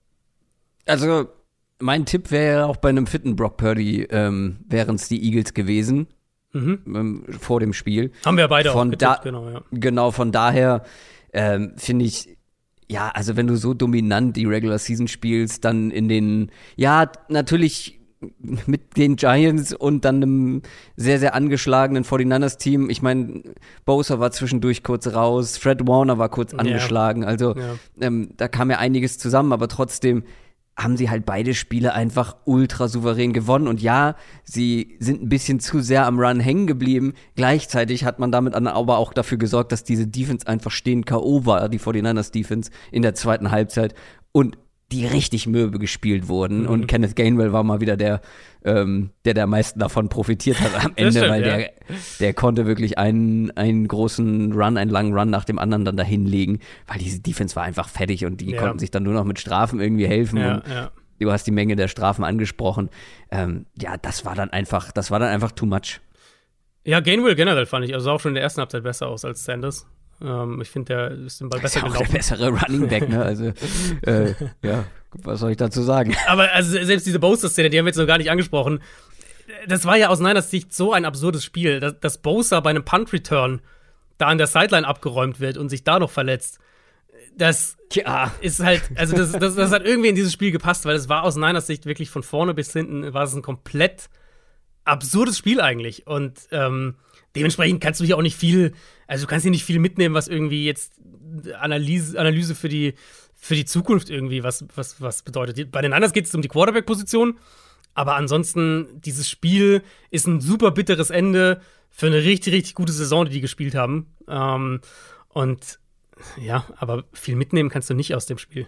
Also, mein Tipp wäre auch bei einem fitten Brock Purdy, ähm, wären es die Eagles gewesen, mhm. ähm, vor dem Spiel. Haben wir beide von auch getippt, da- genau, ja. Genau, von daher ähm, finde ich, ja, also wenn du so dominant die Regular Season spielst, dann in den, ja, natürlich mit den Giants und dann einem sehr, sehr angeschlagenen forty-niners-Team. Ich meine, Bosa war zwischendurch kurz raus, Fred Warner war kurz angeschlagen, also Ja. ähm, da kam ja einiges zusammen, aber trotzdem haben sie halt beide Spiele einfach ultra souverän gewonnen. Und ja, sie sind ein bisschen zu sehr am Run hängen geblieben. Gleichzeitig hat man damit aber auch dafür gesorgt, dass diese Defense einfach stehend K O war, die forty-niners-Defense in der zweiten Halbzeit. Und die richtig mürbe gespielt wurden. Mhm. Und Kenneth Gainwell war mal wieder der, ähm, der der am meisten davon profitiert hat am Ende, stimmt, weil ja. der, der konnte wirklich einen, einen großen Run, einen langen Run nach dem anderen dann dahin legen, weil diese Defense war einfach fertig und die ja. konnten sich dann nur noch mit Strafen irgendwie helfen. Ja, und ja. Du hast die Menge der Strafen angesprochen. Ähm, ja, das war dann einfach, das war dann einfach too much. Ja, Gainwell generell fand ich, also sah auch schon in der ersten Halbzeit besser aus als Sanders. Ähm, ich finde, der ist den Ball besser gelaufen. Der bessere Running Back, ne? Also, äh, ja, was soll ich dazu sagen? Aber also selbst diese Bosa-Szene, die haben wir jetzt noch gar nicht angesprochen. Das war ja aus meiner Sicht so ein absurdes Spiel, dass, dass Bosa bei einem Punt-Return da an der Sideline abgeräumt wird und sich da noch verletzt. Das ja. ist halt, also das, das, das hat irgendwie in dieses Spiel gepasst, weil es war aus meiner Sicht wirklich von vorne bis hinten, war es ein komplett absurdes Spiel eigentlich. Und ähm, dementsprechend kannst du hier auch nicht viel, also du kannst hier nicht viel mitnehmen, was irgendwie jetzt Analyse, Analyse für die, für die Zukunft irgendwie was, was, was bedeutet. Bei den anderen geht es um die Quarterback-Position, aber ansonsten, dieses Spiel ist ein super bitteres Ende für eine richtig, richtig gute Saison, die die gespielt haben. Ähm, und ja, aber viel mitnehmen kannst du nicht aus dem Spiel.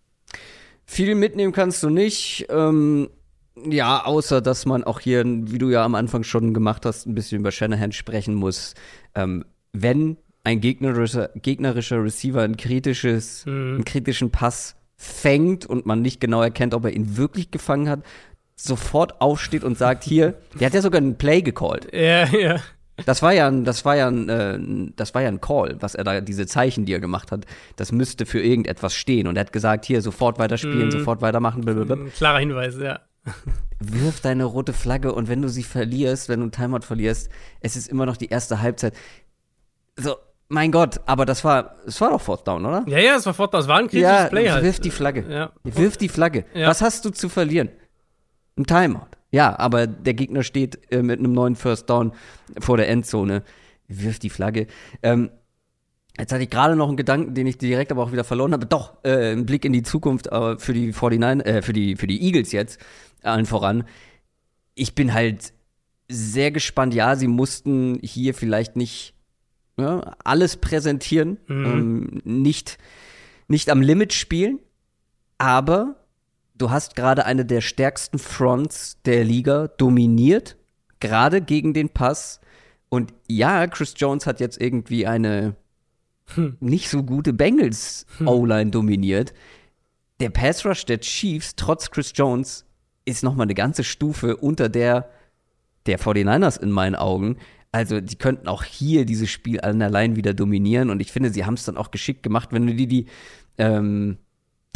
Viel mitnehmen kannst du nicht, ähm ja, außer dass man auch hier, wie du ja am Anfang schon gemacht hast, ein bisschen über Shanahan sprechen muss. Ähm, wenn ein gegnerischer, gegnerischer Receiver ein kritisches, mhm. einen kritischen Pass fängt und man nicht genau erkennt, ob er ihn wirklich gefangen hat, sofort aufsteht und sagt, hier, der hat ja sogar einen Play gecallt. Ja, ja. Das war ja ein, das war ja ein, äh, das war ja ein Call, was er da, diese Zeichen, die er gemacht hat, das müsste für irgendetwas stehen. Und er hat gesagt, hier, sofort weiterspielen, mhm. sofort weitermachen, blablabla. Klarer Hinweis, ja. Wirf deine rote Flagge und wenn du sie verlierst, wenn du einen Timeout verlierst, es ist immer noch die erste Halbzeit. So, mein Gott, aber das war, es war doch Fourth Down, oder? Ja, ja, es war Fourth Down, es war ein kritisches ja, Play halt. Wirf die Flagge. Ja. Wirf die Flagge. Ja. Was hast du zu verlieren? Ein Timeout. Ja, aber der Gegner steht äh, mit einem neuen First Down vor der Endzone. Wirf die Flagge. Ähm, Jetzt hatte ich gerade noch einen Gedanken, den ich direkt aber auch wieder verloren habe. Doch, äh, ein Blick in die Zukunft äh, für die forty-nine, äh, für die, für die Eagles jetzt, allen voran. Ich bin halt sehr gespannt. Ja, sie mussten hier vielleicht nicht ja, alles präsentieren, mhm. ähm, nicht, nicht am Limit spielen, aber du hast gerade eine der stärksten Fronts der Liga dominiert, gerade gegen den Pass. Und ja, Chris Jones hat jetzt irgendwie eine Hm. nicht so gute Bengals-O-Line hm. dominiert. Der Pass-Rush der Chiefs, trotz Chris Jones, ist noch mal eine ganze Stufe unter der der forty-niners in meinen Augen. Also die könnten auch hier dieses Spiel allein wieder dominieren und ich finde, sie haben es dann auch geschickt gemacht, wenn du dir die ähm,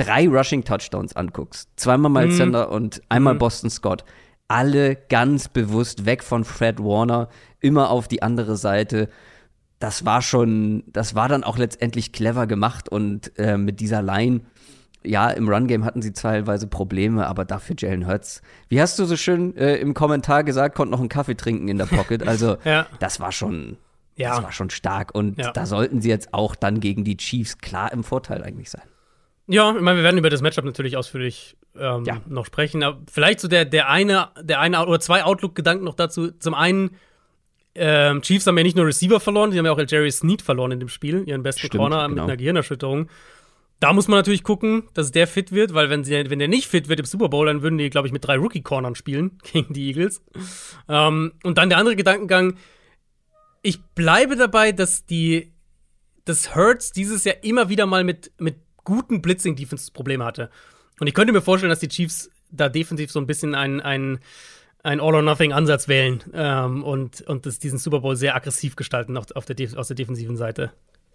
drei Rushing-Touchdowns anguckst, zweimal Miles Mhm. Sanders und einmal Mhm. Boston Scott, alle ganz bewusst weg von Fred Warner, immer auf die andere Seite. Das war schon, das war dann auch letztendlich clever gemacht und äh, mit dieser Line, ja, im Run-Game hatten sie teilweise Probleme, aber dafür Jalen Hurts. Wie hast du so schön äh, im Kommentar gesagt, konnte noch einen Kaffee trinken in der Pocket. Also Ja. das war schon, Ja. das war schon stark und Ja. da sollten sie jetzt auch dann gegen die Chiefs klar im Vorteil eigentlich sein. Ja, ich meine, wir werden über das Matchup natürlich ausführlich ähm, Ja. noch sprechen. Aber vielleicht so der, der eine, der eine oder zwei Outlook-Gedanken noch dazu. Zum einen, ähm, Chiefs haben ja nicht nur Receiver verloren, die haben ja auch Jerry Sneed verloren in dem Spiel, ihren besten Stimmt, Corner mit genau. einer Gehirnerschütterung. Da muss man natürlich gucken, dass der fit wird, weil wenn, sie, wenn der nicht fit wird im Super Bowl, dann würden die, glaube ich, mit drei Rookie-Cornern spielen gegen die Eagles. Ähm, und dann der andere Gedankengang, ich bleibe dabei, dass die dass Hurts dieses Jahr immer wieder mal mit, mit guten Blitzing-Defenses Probleme hatte. Und ich könnte mir vorstellen, dass die Chiefs da defensiv so ein bisschen einen, einen, einen All-or-Nothing-Ansatz wählen ähm, und, und das, diesen Super Bowl sehr aggressiv gestalten auf, auf der, aus der defensiven Seite.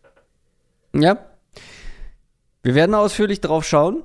Ja. Wir werden ausführlich drauf schauen.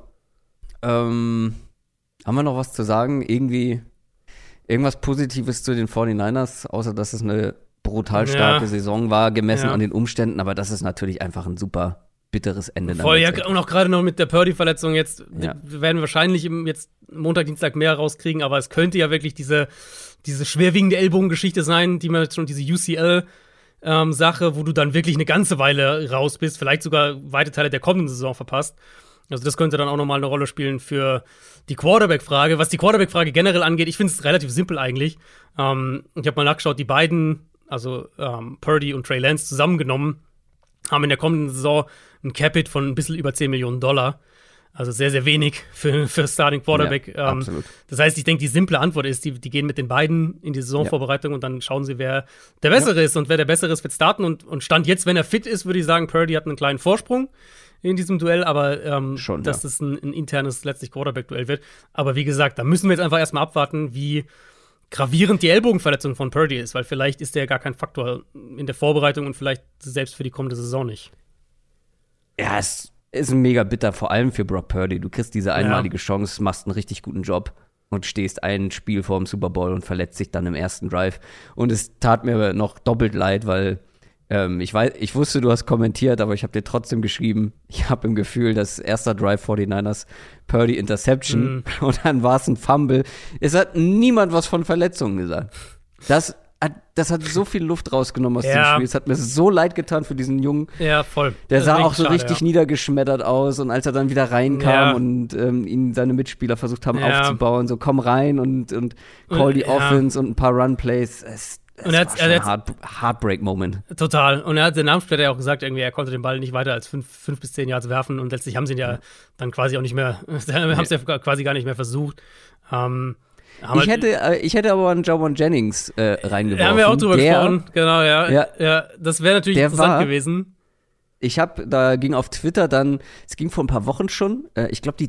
Ähm, haben wir noch was zu sagen? Irgendwie irgendwas Positives zu den forty-niners, außer dass es eine brutal starke Ja. Saison war, gemessen Ja. an den Umständen, aber das ist natürlich einfach ein super bitteres Ende. dann Voll, ja, letztendlich. und auch gerade noch mit der Purdy-Verletzung jetzt, Ja. wir werden wahrscheinlich im, jetzt Montag, Dienstag mehr rauskriegen, aber es könnte ja wirklich diese, diese schwerwiegende Ellbogengeschichte sein, die man jetzt schon, diese U C L ähm, Sache, wo du dann wirklich eine ganze Weile raus bist, vielleicht sogar weite Teile der kommenden Saison verpasst. Also das könnte dann auch nochmal eine Rolle spielen für die Quarterback-Frage. Was die Quarterback-Frage generell angeht, ich finde es relativ simpel eigentlich. Ähm, ich habe mal nachgeschaut, die beiden, also ähm, Purdy und Trey Lance zusammengenommen, haben in der kommenden Saison ein Cap-Hit von ein bisschen über zehn Millionen Dollar. Also sehr, sehr wenig für, für Starting Quarterback. Ja, ähm, absolut. Das heißt, ich denke, die simple Antwort ist, die, die gehen mit den beiden in die Saisonvorbereitung und dann schauen sie, wer der Bessere ist. Und wer der Bessere ist, wird starten. Und, und Stand jetzt, wenn er fit ist, würde ich sagen, Purdy hat einen kleinen Vorsprung in diesem Duell, aber ähm, Schon, dass ja. das ein, ein internes, letztlich Quarterback-Duell wird. Aber wie gesagt, da müssen wir jetzt einfach erstmal abwarten, wie gravierend die Ellbogenverletzung von Purdy ist, weil vielleicht ist der gar kein Faktor in der Vorbereitung und vielleicht selbst für die kommende Saison nicht. Ja, es ist mega bitter, vor allem für Brock Purdy. Du kriegst diese einmalige Chance, machst einen richtig guten Job und stehst ein Spiel vor dem Super Bowl und verletzt dich dann im ersten Drive. Und es tat mir noch doppelt leid, weil ähm, ich weiß, ich wusste, du hast kommentiert, aber ich habe dir trotzdem geschrieben, ich habe im Gefühl, dass erster Drive forty-niners Purdy Interception Mhm. und dann war es ein Fumble. Es hat niemand was von Verletzungen gesagt. Das hat, das hat so viel Luft rausgenommen aus Ja. dem Spiel. Es hat mir so leid getan für diesen Jungen. Ja, voll. Der Das sah ist auch so schade, richtig ja. niedergeschmettert aus und als er dann wieder reinkam Ja. und ähm, ihn seine Mitspieler versucht haben Ja. aufzubauen, so komm rein und, und call Und, die ja. Offense und ein paar Run-Plays. Es, es Und er hat- war schon er ein hat- Heart, Heartbreak-Moment. Total. Und er hat den Namensspieler ja auch gesagt, irgendwie, er konnte den Ball nicht weiter als fünf, fünf bis zehn Yards werfen und letztlich haben sie ihn ja dann quasi auch nicht mehr, haben es ja quasi gar nicht mehr versucht. Ähm, haben Ich halt- hätte, äh, ich hätte aber einen Javon Jennings äh, reingeworfen. Da haben wir auch drüber der, gesprochen, genau, ja. Ja. ja das wäre natürlich Der interessant war- gewesen. Ich habe, da ging auf Twitter dann, es ging vor ein paar Wochen schon, äh, ich glaube die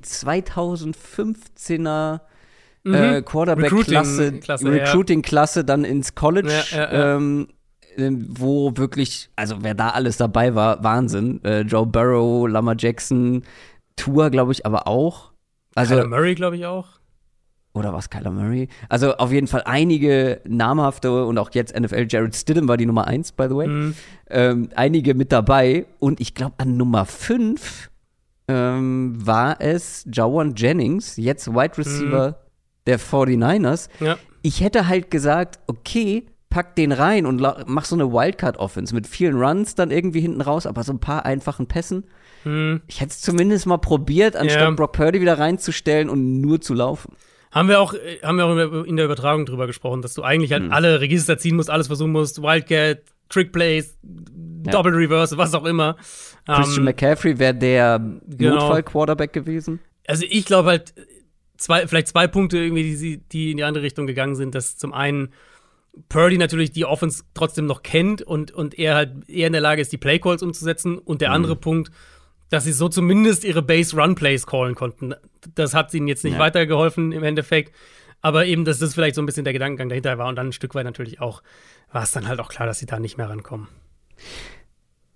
zweitausendfünfzehner äh, Quarterback-Klasse, Recruiting-Klasse, ja. Recruiting-Klasse dann ins College, Ja, ja, ja. Ähm, ähm, wo wirklich, also wer da alles dabei war, Wahnsinn. Äh, Joe Burrow, Lamar Jackson, Tua, glaube ich, aber auch. Also, Kyler Murray, glaube ich, auch. oder was, Kyler Murray? Also auf jeden Fall einige namhafte und auch jetzt N F L, Jared Stidham war die Nummer eins, by the way. Mhm. Ähm, einige mit dabei und ich glaube an Nummer fünf ähm, war es Jawan Jennings, jetzt Wide Receiver der forty-niners. Ja. Ich hätte halt gesagt, okay, pack den rein und la- mach so eine Wildcard-Offense mit vielen Runs dann irgendwie hinten raus, aber so ein paar einfachen Pässen. Mhm. Ich hätte es zumindest mal probiert, anstatt Ja. Brock Purdy wieder reinzustellen und nur zu laufen. Haben wir auch, äh, haben wir auch in der Übertragung drüber gesprochen, dass du eigentlich halt alle Register ziehen musst, alles versuchen musst, Wildcat, Trick Plays, Double Reverse, was auch immer. Christian Ähm, McCaffrey wäre der genau. Notfall-Quarterback gewesen. Also ich glaube halt, zwei, vielleicht zwei Punkte irgendwie, die, sie- die in die andere Richtung gegangen sind, dass zum einen Purdy natürlich die Offense trotzdem noch kennt und, und er halt eher in der Lage ist, die Playcalls umzusetzen. Und der andere Punkt, dass sie so zumindest ihre Base-Run-Plays callen konnten. Das hat ihnen jetzt nicht Ja. weitergeholfen im Endeffekt. Aber eben, dass das vielleicht so ein bisschen der Gedankengang dahinter war. Und dann ein Stück weit natürlich auch, war es dann halt auch klar, dass sie da nicht mehr rankommen.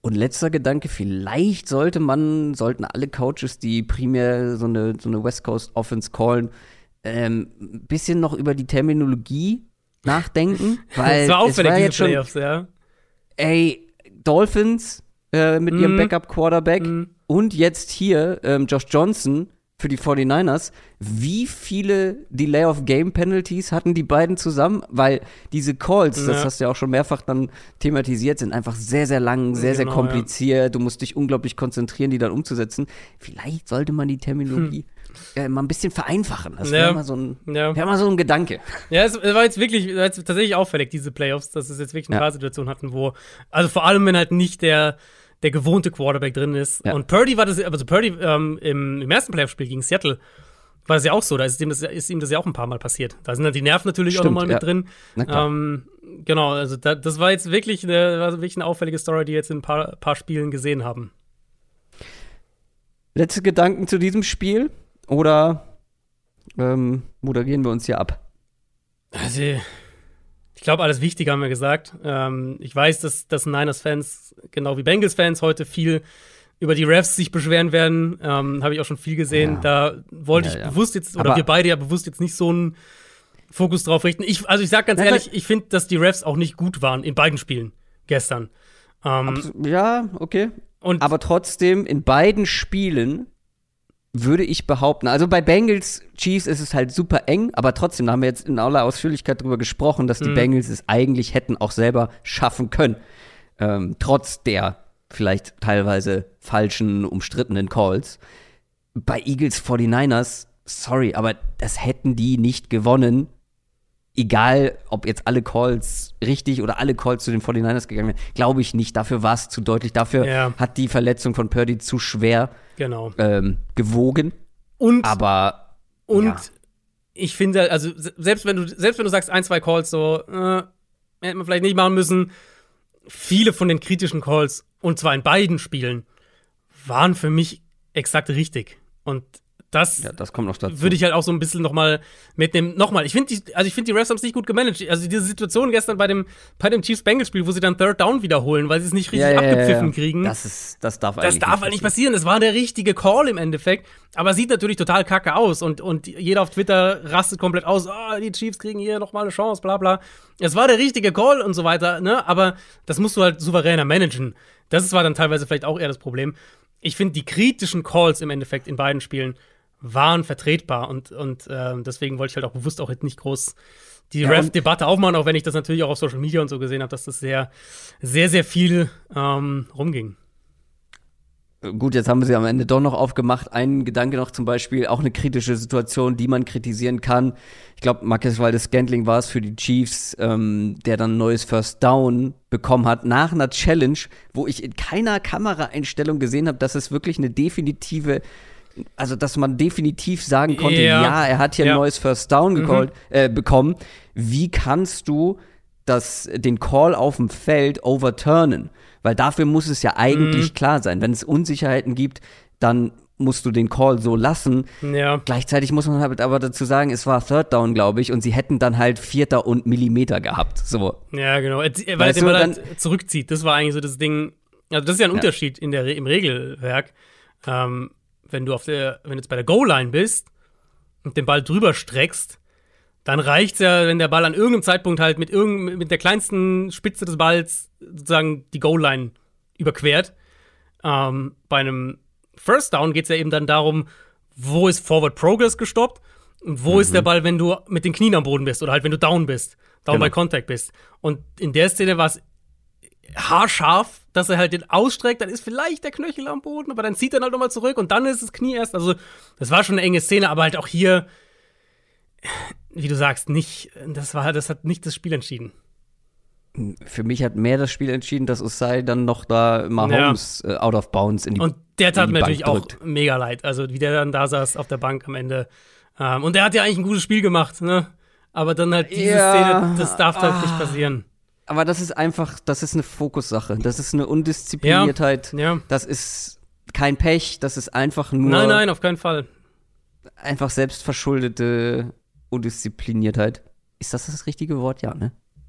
Und letzter Gedanke, vielleicht sollte man, sollten alle Coaches, die primär so eine, so eine West Coast Offense callen, ähm, ein bisschen noch über die Terminologie nachdenken. Weil es war auffällig, es war diese jetzt schon, Playoffs, ja. Ey, Dolphins äh, mit mm. ihrem Backup-Quarterback mm. und jetzt hier ähm, Josh Johnson für die forty-niners. Wie viele Delay-of-Game-Penalties hatten die beiden zusammen? Weil diese Calls, ja. das hast du ja auch schon mehrfach dann thematisiert, sind einfach sehr, sehr lang, sehr, genau, sehr kompliziert. Ja. Du musst dich unglaublich konzentrieren, die dann umzusetzen. Vielleicht sollte man die Terminologie hm. äh, mal ein bisschen vereinfachen. Das wäre ja. mal, so ein, ja. wär mal so ein Gedanke. Ja, es war jetzt wirklich, war jetzt tatsächlich auffällig, diese Playoffs, dass es jetzt wirklich eine ja. Situation hatten, wo, also vor allem, wenn halt nicht der der gewohnte Quarterback drin ist. Ja. Und Purdy war das, also Purdy ähm, im, im ersten Playoff-Spiel gegen Seattle war das ja auch so, da ist ihm das, ist ihm das ja auch ein paar Mal passiert. Da sind halt die Nerven natürlich Stimmt, auch nochmal mit ja. drin. Ähm, genau, also da, das war jetzt wirklich eine, war wirklich eine auffällige Story, die wir jetzt in ein paar, paar Spielen gesehen haben. Letzte Gedanken zu diesem Spiel? Oder ähm, moderieren wir uns hier ab? Also ich glaube, alles Wichtige haben wir gesagt. Ähm, ich weiß, dass, dass Niners-Fans, genau wie Bengals-Fans, heute viel über die Refs sich beschweren werden. Ähm, Habe ich auch schon viel gesehen. Ja. Da wollte ja, ich ja. bewusst jetzt, oder Aber wir beide ja bewusst jetzt nicht so einen Fokus drauf richten. Ich, also ich sag ganz Nein, ehrlich, ich finde, dass die Refs auch nicht gut waren in beiden Spielen gestern. Ähm, ja, okay. Und Aber trotzdem, in beiden Spielen würde ich behaupten, also bei Bengals Chiefs ist es halt super eng, aber trotzdem, da haben wir jetzt in aller Ausführlichkeit drüber gesprochen, dass die mhm. Bengals es eigentlich hätten auch selber schaffen können. Ähm, trotz der vielleicht teilweise falschen, umstrittenen Calls. Bei Eagles forty-niners, sorry, aber das hätten die nicht gewonnen. Egal, ob jetzt alle Calls richtig oder alle Calls zu den forty-niners gegangen wären, glaube ich nicht. Dafür war es zu deutlich. Dafür ja. hat die Verletzung von Purdy zu schwer genau. ähm, gewogen. Und, aber und ja. ich finde, also selbst wenn du selbst wenn du sagst, ein, zwei Calls so, äh, hätte man vielleicht nicht machen müssen, viele von den kritischen Calls, und zwar in beiden Spielen, waren für mich exakt richtig. Und Das, ja, das kommt noch dazu. Würde ich halt auch so ein bisschen noch mal mitnehmen. Nochmal, ich finde die, also ich finde die Refs haben es nicht gut gemanagt. Also diese Situation gestern bei dem, bei dem Chiefs-Bengals-Spiel, wo sie dann Third Down wiederholen, weil sie es nicht richtig ja, ja, abgepfiffen ja, ja. kriegen. Das ist, das darf eigentlich Das darf halt nicht passieren. Das war der richtige Call im Endeffekt. Aber sieht natürlich total kacke aus. Und, und jeder auf Twitter rastet komplett aus. Oh, die Chiefs kriegen hier noch mal eine Chance, bla bla. Es war der richtige Call und so weiter, ne? Aber das musst du halt souveräner managen. Das war dann teilweise vielleicht auch eher das Problem. Ich finde die kritischen Calls im Endeffekt in beiden Spielen waren vertretbar und, und äh, deswegen wollte ich halt auch bewusst auch jetzt nicht groß die ja, Ref-Debatte aufmachen, auch wenn ich das natürlich auch auf Social Media und so gesehen habe, dass das sehr, sehr, sehr viel ähm, rumging. Gut, jetzt haben wir sie am Ende doch noch aufgemacht. Ein Gedanke noch zum Beispiel, auch eine kritische Situation, die man kritisieren kann. Ich glaube, Marquez Valdes-Scantling war es für die Chiefs, ähm, der dann ein neues First Down bekommen hat, nach einer Challenge, wo ich in keiner Kameraeinstellung gesehen habe, dass es wirklich eine definitive Also, dass man definitiv sagen konnte, ja, ja er hat hier ja. ein neues First Down gecallt, mhm. äh, bekommen. Wie kannst du das, den Call auf dem Feld overturnen? Weil dafür muss es ja eigentlich mhm. klar sein. Wenn es Unsicherheiten gibt, dann musst du den Call so lassen. Ja. Gleichzeitig muss man halt aber dazu sagen, es war Third Down, glaube ich, und sie hätten dann halt Vierter und Millimeter gehabt. So. Ja, genau. Weil er den Ball halt zurückzieht. Das war eigentlich so das Ding. Also, das ist ja ein ja. Unterschied in der, im Regelwerk. Ähm, Wenn du auf der, wenn du jetzt bei der Goal-Line bist und den Ball drüber streckst, dann reicht's ja, wenn der Ball an irgendeinem Zeitpunkt halt mit irgend, mit der kleinsten Spitze des Balls sozusagen die Goal-Line überquert. Ähm, bei einem First Down geht's ja eben dann darum, wo ist Forward Progress gestoppt und wo mhm. ist der Ball, wenn du mit den Knien am Boden bist oder halt wenn du down bist, down genau. by Contact bist. Und in der Szene war es haarscharf, dass er halt den ausstreckt, dann ist vielleicht der Knöchel am Boden, aber dann zieht er halt nochmal zurück und dann ist das Knie erst. Also, das war schon eine enge Szene, aber halt auch hier, wie du sagst, nicht, das war, das hat nicht das Spiel entschieden. Für mich hat mehr das Spiel entschieden, dass Osai dann noch da Mahomes ja. äh, out of bounds in die Und der tat mir natürlich drückt. auch mega leid, also wie der dann da saß auf der Bank am Ende. Ähm, und der hat ja eigentlich ein gutes Spiel gemacht, ne? Aber dann halt diese ja. Szene, das darf halt ah. nicht passieren. Aber das ist einfach, das ist eine Fokussache. Das ist eine Undiszipliniertheit. Ja, ja. Das ist kein Pech. Das ist einfach nur. Nein, nein, auf keinen Fall. Einfach selbstverschuldete Undiszipliniertheit. Ist das das richtige Wort? Ja, ne?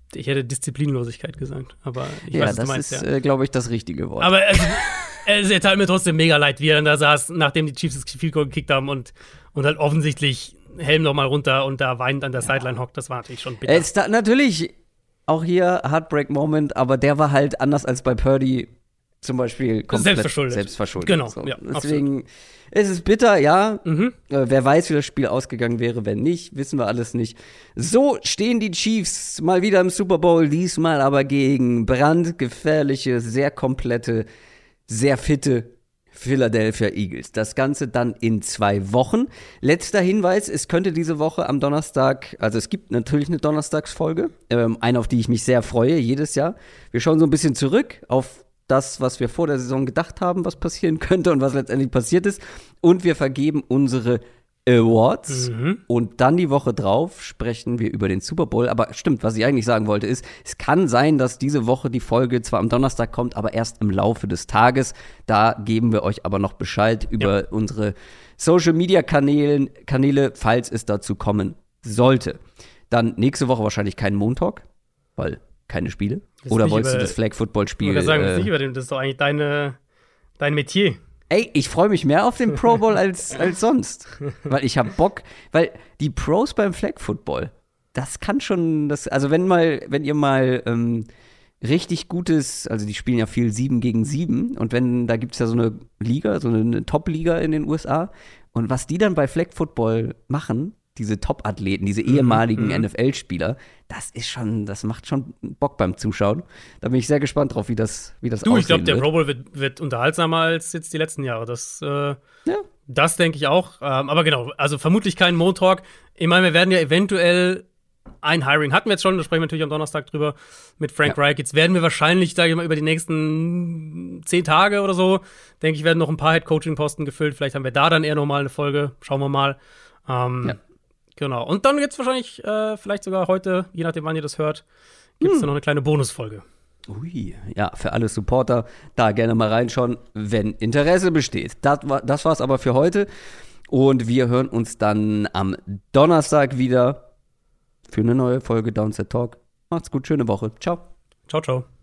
Ich hätte Disziplinlosigkeit gesagt, aber ich ja, weiß, was das du meinst. ist, ja. äh, glaube ich, das richtige Wort. Aber es, es, es tat mir trotzdem mega leid, wie er dann da saß, nachdem die Chiefs das Field Goal gekickt haben und, und halt offensichtlich Helm noch mal runter und da weinend an der ja. Sideline hockt. Das war natürlich schon bitter. Es da, natürlich auch hier Heartbreak-Moment, aber der war halt anders als bei Purdy zum Beispiel komplett selbstverschuldet. selbstverschuldet. Genau, so. ja, Deswegen ist es bitter, ja. Mhm. Äh, wer weiß, wie das Spiel ausgegangen wäre, wenn nicht, wissen wir alles nicht. So stehen die Chiefs mal wieder im Super Bowl, diesmal aber gegen brandgefährliche, sehr komplette, sehr fitte Philadelphia Eagles. Das Ganze dann in zwei Wochen. Letzter Hinweis, es könnte diese Woche am Donnerstag, also es gibt natürlich eine Donnerstagsfolge, ähm, eine, auf die ich mich sehr freue, jedes Jahr. Wir schauen so ein bisschen zurück auf das, was wir vor der Saison gedacht haben, was passieren könnte und was letztendlich passiert ist. Und wir vergeben unsere Awards. Mhm. Und dann die Woche drauf sprechen wir über den Super Bowl. Aber stimmt, was ich eigentlich sagen wollte, ist, es kann sein, dass diese Woche die Folge zwar am Donnerstag kommt, aber erst im Laufe des Tages. Da geben wir euch aber noch Bescheid über ja. unsere Social-Media-Kanäle, Kanäle, falls es dazu kommen sollte. Dann nächste Woche wahrscheinlich kein Montalk, weil keine Spiele. Oder wolltest du das Flag-Football-Spiel? Ich würde sagen, das, äh, ist nicht über den, das ist doch eigentlich deine, dein Metier. Ey, ich freue mich mehr auf den Pro Bowl als, als sonst. Weil ich habe Bock, weil die Pros beim Flag-Football, das kann schon, das, also wenn mal, wenn ihr mal ähm, richtig gutes, also die spielen ja viel sieben gegen sieben und wenn, da gibt's ja so eine Liga, so eine, eine Top-Liga in den U S A und was die dann bei Flag-Football machen, diese Top-Athleten, diese ehemaligen mhm. N F L-Spieler, das ist schon, das macht schon Bock beim Zuschauen. Da bin ich sehr gespannt drauf, wie das, wie das Du, aussehen ich glaube, der wird. Pro Bowl wird, wird unterhaltsamer als jetzt die letzten Jahre. Das, äh, Ja. das denke ich auch. Ähm, aber genau, also vermutlich kein Montalk. Ich meine, wir werden ja eventuell ein Hiring hatten wir jetzt schon, da sprechen wir natürlich am Donnerstag drüber mit Frank Ja. Reich. Jetzt werden wir wahrscheinlich, sage ich mal, über die nächsten zehn Tage oder so, denke ich, werden noch ein paar Head-Coaching-Posten gefüllt. Vielleicht haben wir da dann eher nochmal eine Folge. Schauen wir mal. Ähm, Ja. Genau. Und dann gibt's wahrscheinlich, äh, vielleicht sogar heute, je nachdem, wann ihr das hört, gibt's Hm. dann noch eine kleine Bonusfolge. Ui, ja, für alle Supporter da gerne mal reinschauen, wenn Interesse besteht. Das, war, das war's aber für heute. Und wir hören uns dann am Donnerstag wieder für eine neue Folge Downset Talk. Macht's gut, schöne Woche. Ciao. Ciao, ciao.